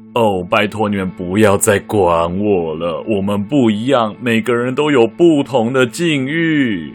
哦，拜托你们不要再管我了，我们不一样，每个人都有不同的境遇。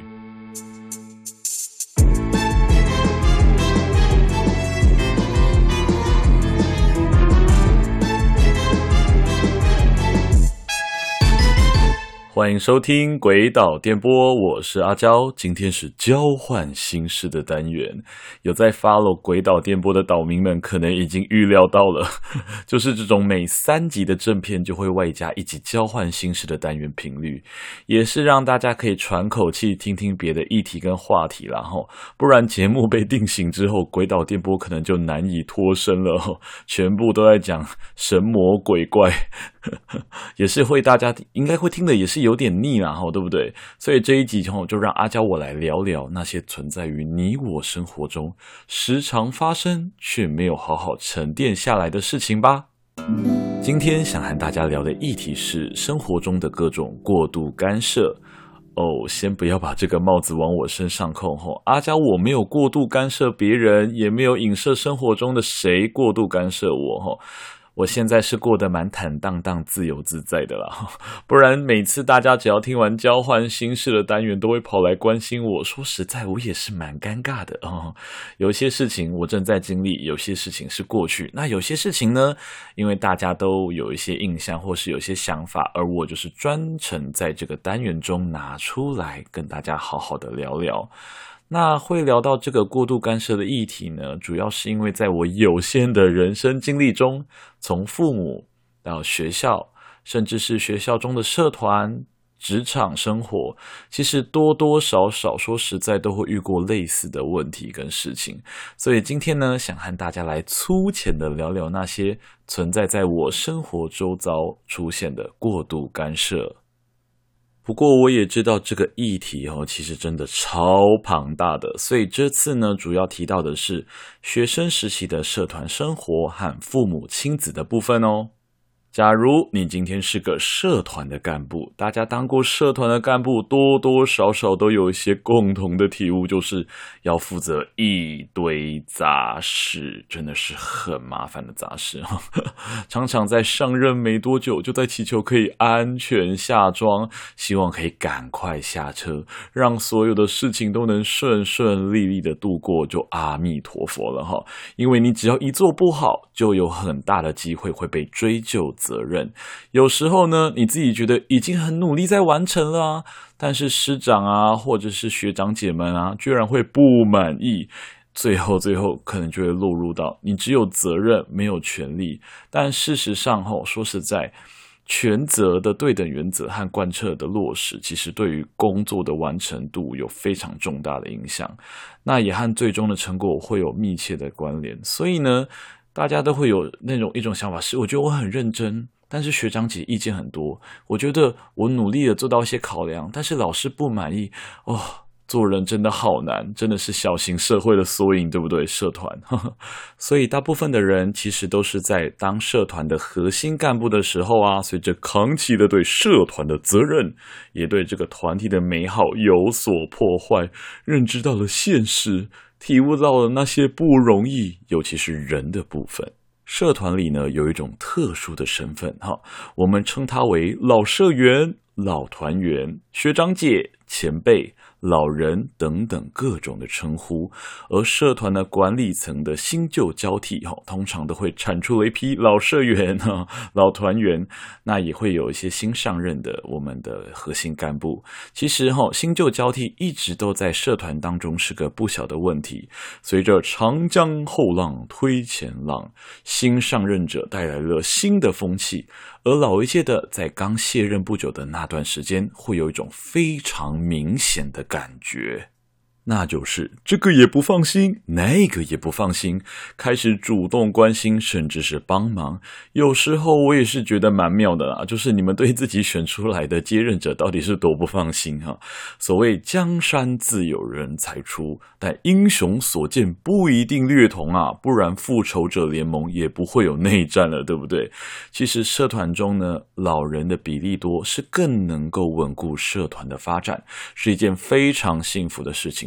欢迎收听鬼岛电波，我是阿交。今天是交换心事的单元，有在 follow 鬼岛电波的岛民们可能已经预料到了，就是这种每3集的正片就会外加1集交换心事的单元频率，也是让大家可以喘口气听听别的议题跟话题啦齁，不然节目被定型之后，鬼岛电波可能就难以脱身了齁，全部都在讲神魔鬼怪，也是会大家应该会听的也是有点腻啦，对不对？所以这一集就让阿交我来聊聊那些存在于你我生活中时常发生却没有好好沉淀下来的事情吧。今天想和大家聊的议题是生活中的各种过度干涉。先不要把这个帽子往我身上扣齁，阿交我没有过度干涉别人，也没有影射生活中的谁过度干涉我齁。我现在是过得蛮坦荡荡、自由自在的啦，不然每次大家只要听完交换心事的单元，都会跑来关心我。说实在，我也是蛮尴尬的哦。有些事情我正在经历，有些事情是过去，那有些事情呢，因为大家都有一些印象或是有些想法，而我就是专程在这个单元中拿出来跟大家好好的聊聊。那会聊到这个过度干涉的议题呢，主要是因为在我有限的人生经历中，从父母到学校，甚至是学校中的社团、职场生活，其实多多少少说实在都会遇过类似的问题跟事情。所以今天呢，想和大家来粗浅的聊聊那些存在在我生活周遭出现的过度干涉。不过我也知道这个议题其实真的超庞大的，所以这次呢，主要提到的是学生时期的社团生活和父母亲子的部分哦。假如你今天是个社团的干部，大家当过社团的干部，多多少少都有一些共同的体悟，就是要负责一堆杂事，真的是很麻烦的杂事常常在上任没多久，就在祈求可以安全下庄，希望可以赶快下车，让所有的事情都能顺顺利利的度过，就阿弥陀佛了哈。因为你只要一做不好，就有很大的机会会被追究责任。有时候呢，你自己觉得已经很努力在完成了啊，但是师长啊，或者是学长姐们啊，居然会不满意，最后可能就会落入到你只有责任没有权利。但事实上说实在，权责的对等原则和贯彻的落实，其实对于工作的完成度有非常重大的影响，那也和最终的成果会有密切的关联。所以呢，大家都会有一种想法是，我觉得我很认真，但是学长姐意见很多，我觉得我努力的做到一些考量，但是老师不满意做人真的好难，真的是小型社会的缩影，对不对？社团所以大部分的人其实都是在当社团的核心干部的时候啊，随着扛起了对社团的责任，也对这个团体的美好有所破坏，认知到了现实，体悟到了那些不容易，尤其是人的部分。社团里呢，有一种特殊的身份我们称它为老社员、老团员、学长姐、前辈、老人等等各种的称呼。而社团的管理层的新旧交替通常都会产出了一批老社员老团员，那也会有一些新上任的我们的核心干部。其实新旧交替一直都在社团当中是个不小的问题。随着长江后浪推前浪，新上任者带来了新的风气，而老一届的在刚卸任不久的那段时间，会有一种非常明显的感觉，那就是这个也不放心，那个也不放心，开始主动关心，甚至是帮忙。有时候我也是觉得蛮妙的啦，就是你们对自己选出来的接任者到底是多不放心所谓江山自有人裁出，但英雄所见不一定略同啊，不然复仇者联盟也不会有内战了，对不对？其实社团中呢，老人的比例多是更能够稳固社团的发展，是一件非常幸福的事情。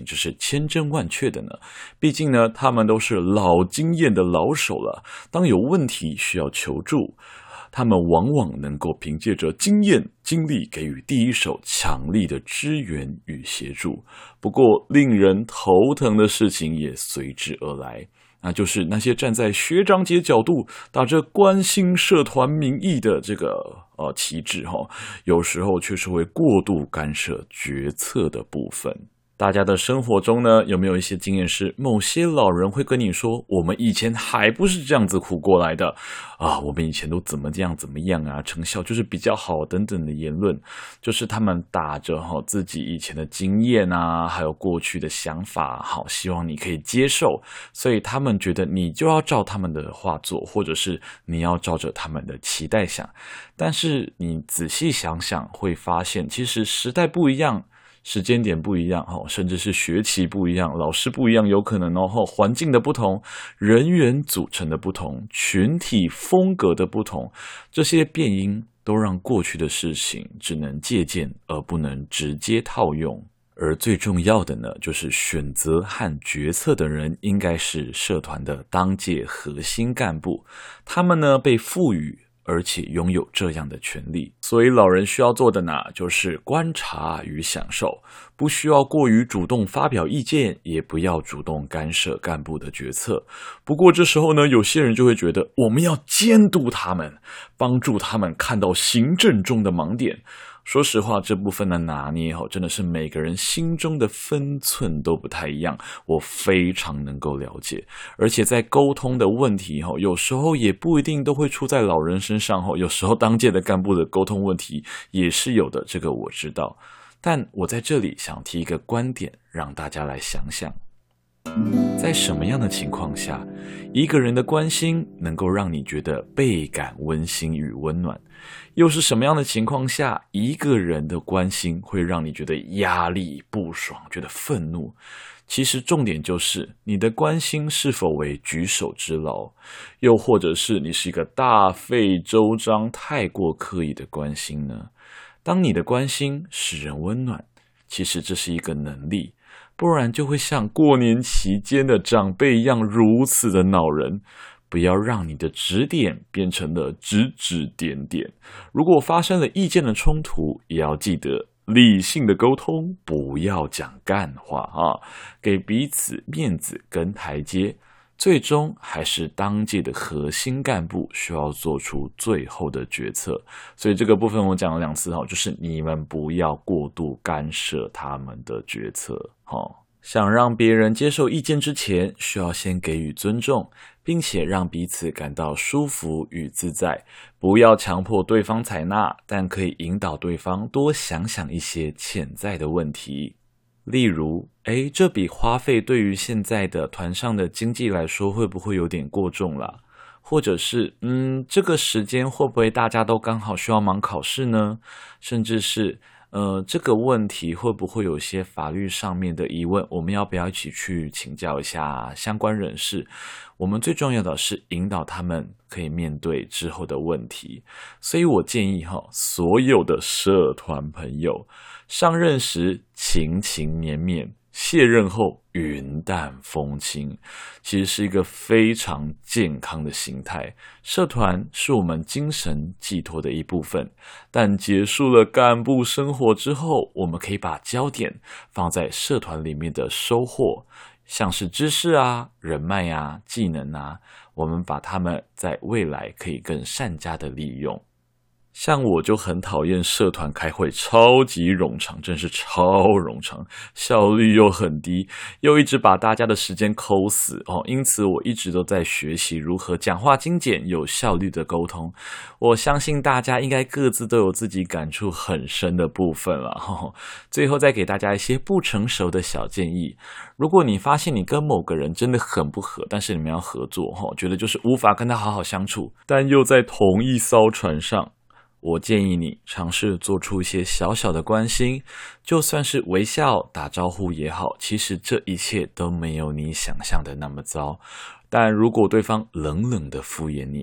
这是千真万确的呢？毕竟呢，他们都是老经验的老手了，当有问题需要求助，他们往往能够凭借着经验、经历给予第一手强力的支援与协助。不过，令人头疼的事情也随之而来，那就是那些站在学长姐角度，打着关心社团名义的这个旗帜有时候却是会过度干涉决策的部分。大家的生活中呢，有没有一些经验是某些老人会跟你说，我们以前还不是这样子苦过来的啊，我们以前都怎么样啊，成效就是比较好等等的言论，就是他们打着自己以前的经验啊，还有过去的想法，希望你可以接受，所以他们觉得你就要照他们的话做，或者是你要照着他们的期待想。但是你仔细想想会发现，其实时代不一样，时间点不一样，甚至是学期不一样，老师不一样，有可能环境的不同，人员组成的不同，群体风格的不同，这些变因都让过去的事情只能借鉴，而不能直接套用。而最重要的呢，就是选择和决策的人应该是社团的当届核心干部，他们呢被赋予而且拥有这样的权利，所以老人需要做的呢，就是观察与享受，不需要过于主动发表意见，也不要主动干涉干部的决策。不过这时候呢，有些人就会觉得，我们要监督他们，帮助他们看到行政中的盲点。说实话，这部分的拿捏真的是每个人心中的分寸都不太一样，我非常能够了解。而且在沟通的问题有时候也不一定都会出在老人身上，有时候当届的干部的沟通问题也是有的，这个我知道。但我在这里想提一个观点，让大家来想想，在什么样的情况下，一个人的关心能够让你觉得倍感温馨与温暖？又是什么样的情况下，一个人的关心会让你觉得压力、不爽、觉得愤怒？其实重点就是你的关心是否为举手之劳，又或者是你是一个大费周章、太过刻意的关心呢？当你的关心使人温暖，其实这是一个能力，不然就会像过年期间的长辈一样如此的恼人。不要让你的指点变成了指指点点。如果发生了意见的冲突，也要记得理性的沟通，不要讲干话给彼此面子跟台阶。最终还是当届的核心干部需要做出最后的决策。所以这个部分我讲了2次就是你们不要过度干涉他们的决策想让别人接受意见之前，需要先给予尊重，并且让彼此感到舒服与自在。不要强迫对方采纳，但可以引导对方多想想一些潜在的问题。例如，这笔花费对于现在的团上的经济来说，会不会有点过重了？或者是，这个时间会不会大家都刚好需要忙考试呢？甚至是这个问题会不会有些法律上面的疑问，我们要不要一起去请教一下相关人士？我们最重要的是引导他们可以面对之后的问题。所以我建议所有的社团朋友上任时勤勤勉勉，卸任后云淡风轻，其实是一个非常健康的心态。社团是我们精神寄托的一部分，但结束了干部生活之后，我们可以把焦点放在社团里面的收获，像是知识啊、人脉啊、技能啊，我们把它们在未来可以更善加的利用。像我就很讨厌社团开会超级冗长，真是超冗长，效率又很低，又一直把大家的时间抠死因此我一直都在学习如何讲话精简、有效率的沟通。我相信大家应该各自都有自己感触很深的部分了最后再给大家一些不成熟的小建议。如果你发现你跟某个人真的很不合，但是你们要合作觉得就是无法跟他好好相处，但又在同一艘船上，我建议你尝试做出一些小小的关心，就算是微笑打招呼也好，其实这一切都没有你想象的那么糟。但如果对方冷冷的敷衍你，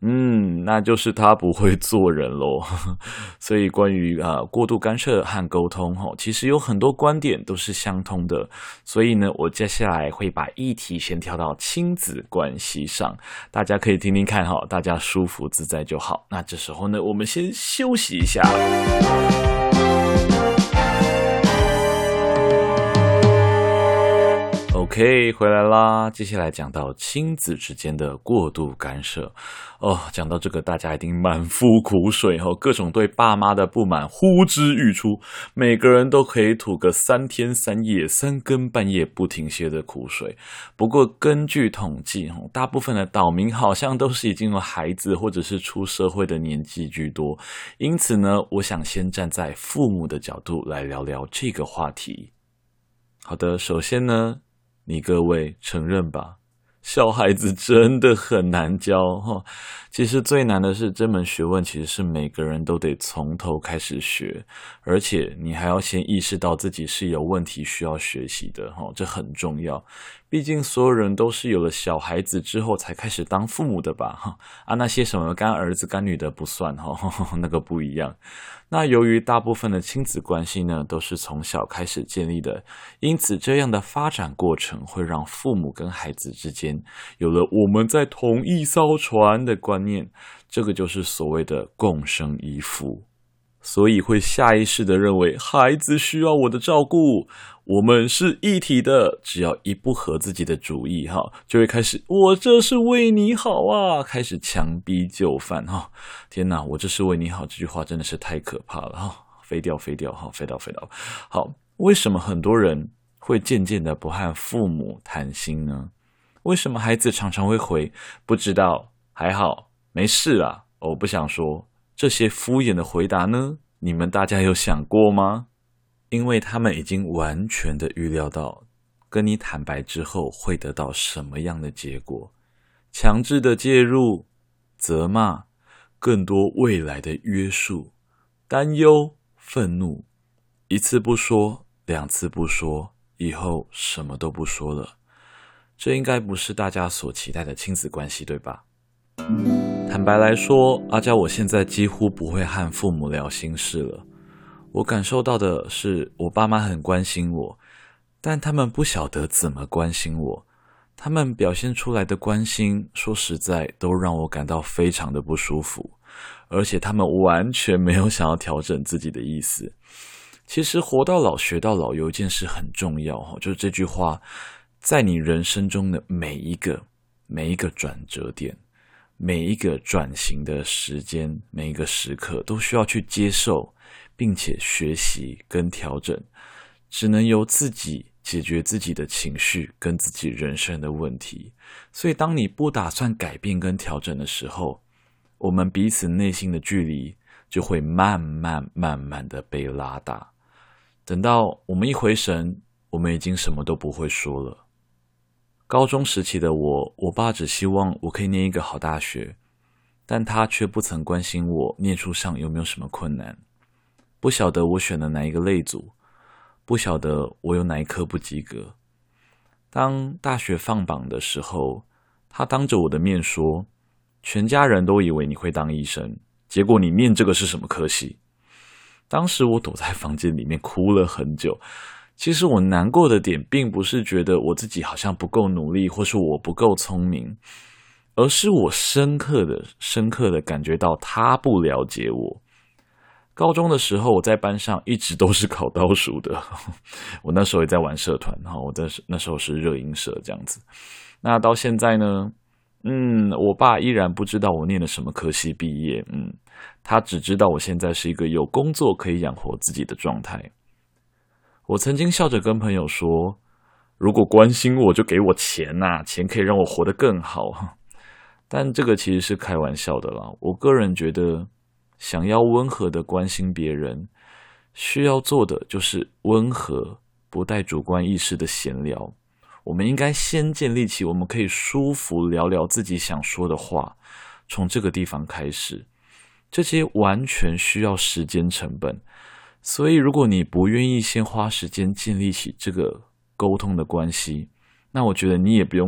那就是他不会做人咯。所以关于过度干涉和沟通其实有很多观点都是相通的。所以呢，我接下来会把议题先跳到亲子关系上，大家可以听听看大家舒服自在就好。那这时候呢，我们先休息一下。OK， 回来啦。接下来讲到亲子之间的过度干涉讲到这个，大家一定满腹苦水各种对爸妈的不满呼之欲出，每个人都可以吐个3天3夜、3更半夜不停歇的苦水。不过根据统计大部分的岛民好像都是已经有孩子或者是出社会的年纪居多，因此呢，我想先站在父母的角度来聊聊这个话题。好的，首先呢，你各位承认吧，小孩子真的很难教其实最难的是这门学问其实是每个人都得从头开始学，而且你还要先意识到自己是有问题需要学习的这很重要。毕竟所有人都是有了小孩子之后才开始当父母的吧那些什么干儿子干女的不算那个不一样。那由于大部分的亲子关系呢都是从小开始建立的，因此这样的发展过程会让父母跟孩子之间有了我们在同一艘船的观念，这个就是所谓的共生依附。所以会下意识的认为孩子需要我的照顾，我们是一体的，只要一不合自己的主意就会开始我这是为你好啊，开始强逼就范天哪，我这是为你好这句话真的是太可怕了飞掉好，为什么很多人会渐渐的不和父母谈心呢？为什么孩子常常会回不知道、还好、没事啦、我不想说，这些敷衍的回答呢？你们大家有想过吗？因为他们已经完全的预料到跟你坦白之后会得到什么样的结果，强制的介入、责骂、更多未来的约束、担忧、愤怒，一次不说，2次不说，以后什么都不说了。这应该不是大家所期待的亲子关系，对吧？坦白来说，阿娇我现在几乎不会和父母聊心事了。我感受到的是我爸妈很关心我，但他们不晓得怎么关心我，他们表现出来的关心说实在都让我感到非常的不舒服，而且他们完全没有想要调整自己的意思。其实活到老学到老有一件事很重要，就是这句话在你人生中的每一个转折点，每一个转型的时间，每一个时刻都需要去接受并且学习跟调整，只能由自己解决自己的情绪跟自己人生的问题。所以当你不打算改变跟调整的时候，我们彼此内心的距离就会慢慢的被拉大，等到我们一回神，我们已经什么都不会说了。高中时期的我爸只希望我可以念一个好大学，但他却不曾关心我念书上有没有什么困难，不晓得我选了哪一个类组，不晓得我有哪一科不及格。当大学放榜的时候，他当着我的面说，全家人都以为你会当医生，结果你念这个是什么科系？当时我躲在房间里面哭了很久。其实我难过的点并不是觉得我自己好像不够努力，或是我不够聪明，而是我深刻的感觉到他不了解我。高中的时候，我在班上一直都是考倒数的，我那时候也在玩社团，那时候是热音社这样子。那到现在呢，我爸依然不知道我念了什么科系毕业，他只知道我现在是一个有工作可以养活自己的状态。我曾经笑着跟朋友说，如果关心我就给我钱啊，钱可以让我活得更好。但这个其实是开玩笑的啦。我个人觉得，想要温和的关心别人，需要做的就是温和不带主观意识的闲聊。我们应该先建立起我们可以舒服聊聊自己想说的话，从这个地方开始。这些完全需要时间成本，所以如果你不愿意先花时间建立起这个沟通的关系，那我觉得你也不用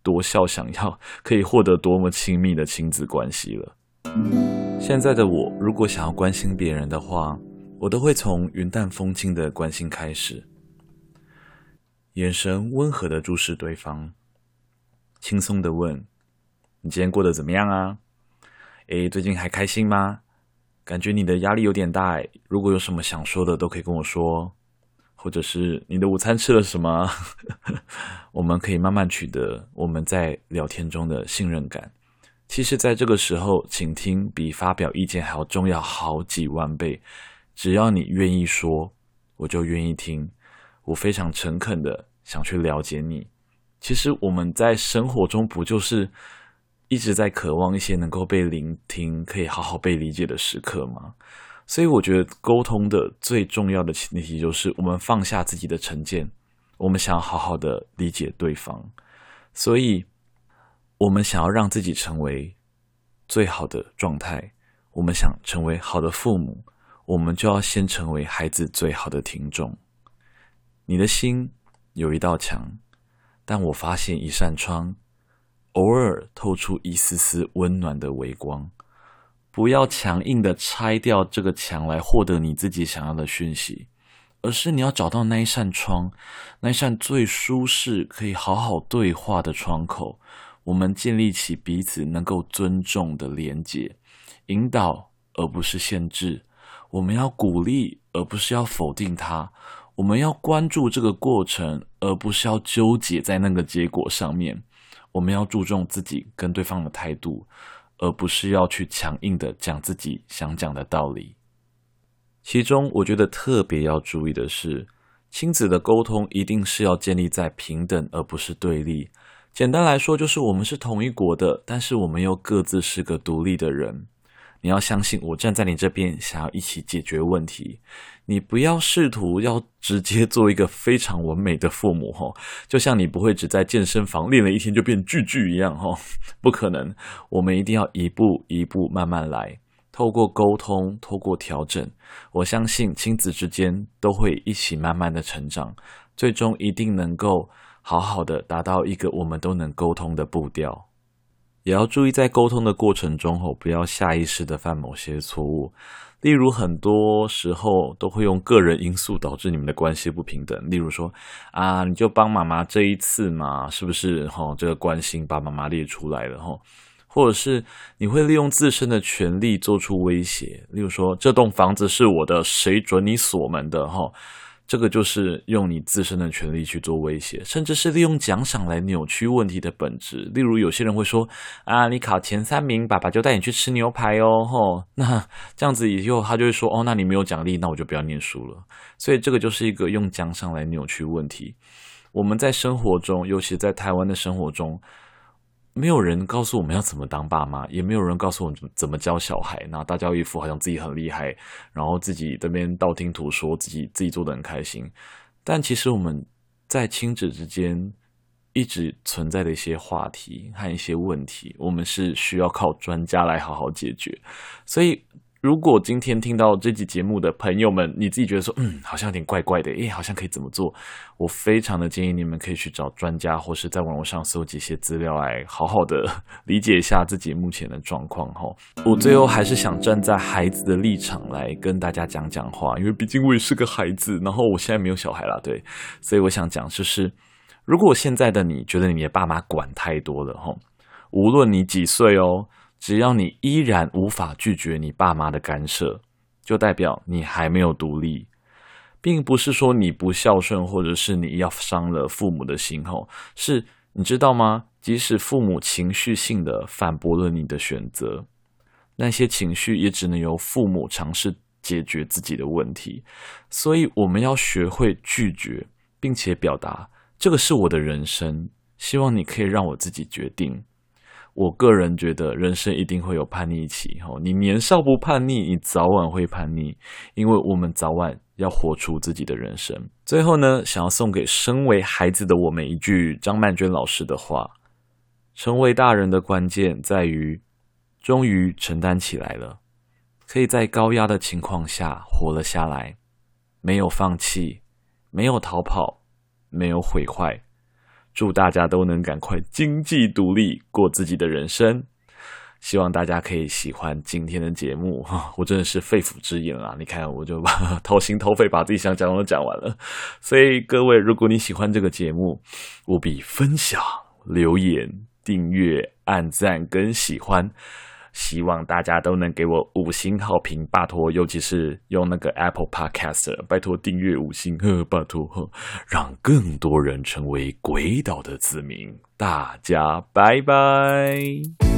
多肖想要可以获得多么亲密的亲子关系了。现在的我，如果想要关心别人的话，我都会从云淡风轻的关心开始，眼神温和的注视对方，轻松的问：你今天过得怎么样啊？最近还开心吗？感觉你的压力有点大，如果有什么想说的都可以跟我说，或者是你的午餐吃了什么？我们可以慢慢取得我们在聊天中的信任感。其实在这个时候，倾听比发表意见还要重要好几万倍。只要你愿意说，我就愿意听，我非常诚恳的想去了解你。其实我们在生活中不就是一直在渴望一些能够被聆听，可以好好被理解的时刻吗？所以我觉得沟通的最重要的前提就是我们放下自己的成见，我们想要好好的理解对方。所以我们想要让自己成为最好的状态，我们想成为好的父母，我们就要先成为孩子最好的听众。你的心有一道墙，但我发现一扇窗，偶尔透出一丝丝温暖的微光。不要强硬的拆掉这个墙来获得你自己想要的讯息，而是你要找到那一扇窗，那一扇最舒适可以好好对话的窗口，我们建立起彼此能够尊重的连结，引导而不是限制，我们要鼓励而不是要否定它，我们要关注这个过程而不是要纠结在那个结果上面，我们要注重自己跟对方的态度，而不是要去强硬的讲自己想讲的道理。其中我觉得特别要注意的是，亲子的沟通一定是要建立在平等而不是对立。简单来说就是我们是同一国的，但是我们又各自是个独立的人。你要相信我站在你这边，想要一起解决问题。你不要试图要直接做一个非常完美的父母，就像你不会只在健身房练了一天就变巨巨一样，不可能。我们一定要一步一步慢慢来，透过沟通，透过调整，我相信亲子之间都会一起慢慢的成长，最终一定能够好好的达到一个我们都能沟通的步调。也要注意在沟通的过程中不要下意识的犯某些错误，例如很多时候都会用个人因素导致你们的关系不平等，例如说你就帮妈妈这一次嘛，是不是这个关心把妈妈列出来了或者是你会利用自身的权利做出威胁，例如说这栋房子是我的，谁准你锁门的这个就是用你自身的权利去做威胁，甚至是利用奖赏来扭曲问题的本质。例如有些人会说你考前3名，爸爸就带你去吃牛排那这样子以后他就会说那你没有奖励，那我就不要念书了。所以这个就是一个用奖赏来扭曲问题。我们在生活中，尤其在台湾的生活中，没有人告诉我们要怎么当爸妈，也没有人告诉我们怎么教小孩，那大家一副好像自己很厉害，然后自己这边道听途说，自己做得很开心。但其实我们在亲子之间一直存在的一些话题和一些问题，我们是需要靠专家来好好解决。所以如果今天听到这集节目的朋友们，你自己觉得说好像有点怪怪的，好像可以怎么做，我非常的建议你们可以去找专家，或是在网络上搜集一些资料来好好的理解一下自己目前的状况我最后还是想站在孩子的立场来跟大家讲讲话，因为毕竟我也是个孩子，然后我现在没有小孩啦，对，所以我想讲就是如果现在的你觉得你的爸妈管太多了无论你几岁只要你依然无法拒绝你爸妈的干涉，就代表你还没有独立，并不是说你不孝顺，或者是你要伤了父母的心是你知道吗？即使父母情绪性的反驳了你的选择，那些情绪也只能由父母尝试解决自己的问题。所以我们要学会拒绝，并且表达这个是我的人生，希望你可以让我自己决定。我个人觉得人生一定会有叛逆期你年少不叛逆，你早晚会叛逆，因为我们早晚要活出自己的人生。最后呢，想要送给身为孩子的我们一句张曼娟老师的话：成为大人的关键在于终于承担起来了，可以在高压的情况下活了下来，没有放弃，没有逃跑，没有毁坏， 祝大家都能赶快经济独立，过自己的人生。希望大家可以喜欢今天的节目，我真的是肺腑之言啊！你看，我就掏心掏肺把自己想讲的都讲完了。所以各位，如果你喜欢这个节目，务必分享、留言、订阅、按赞跟喜欢。希望大家都能给我5星好评，拜托，尤其是用那个 Apple Podcast， 拜托订阅5星，拜托，让更多人成为鬼岛的子民。大家拜拜。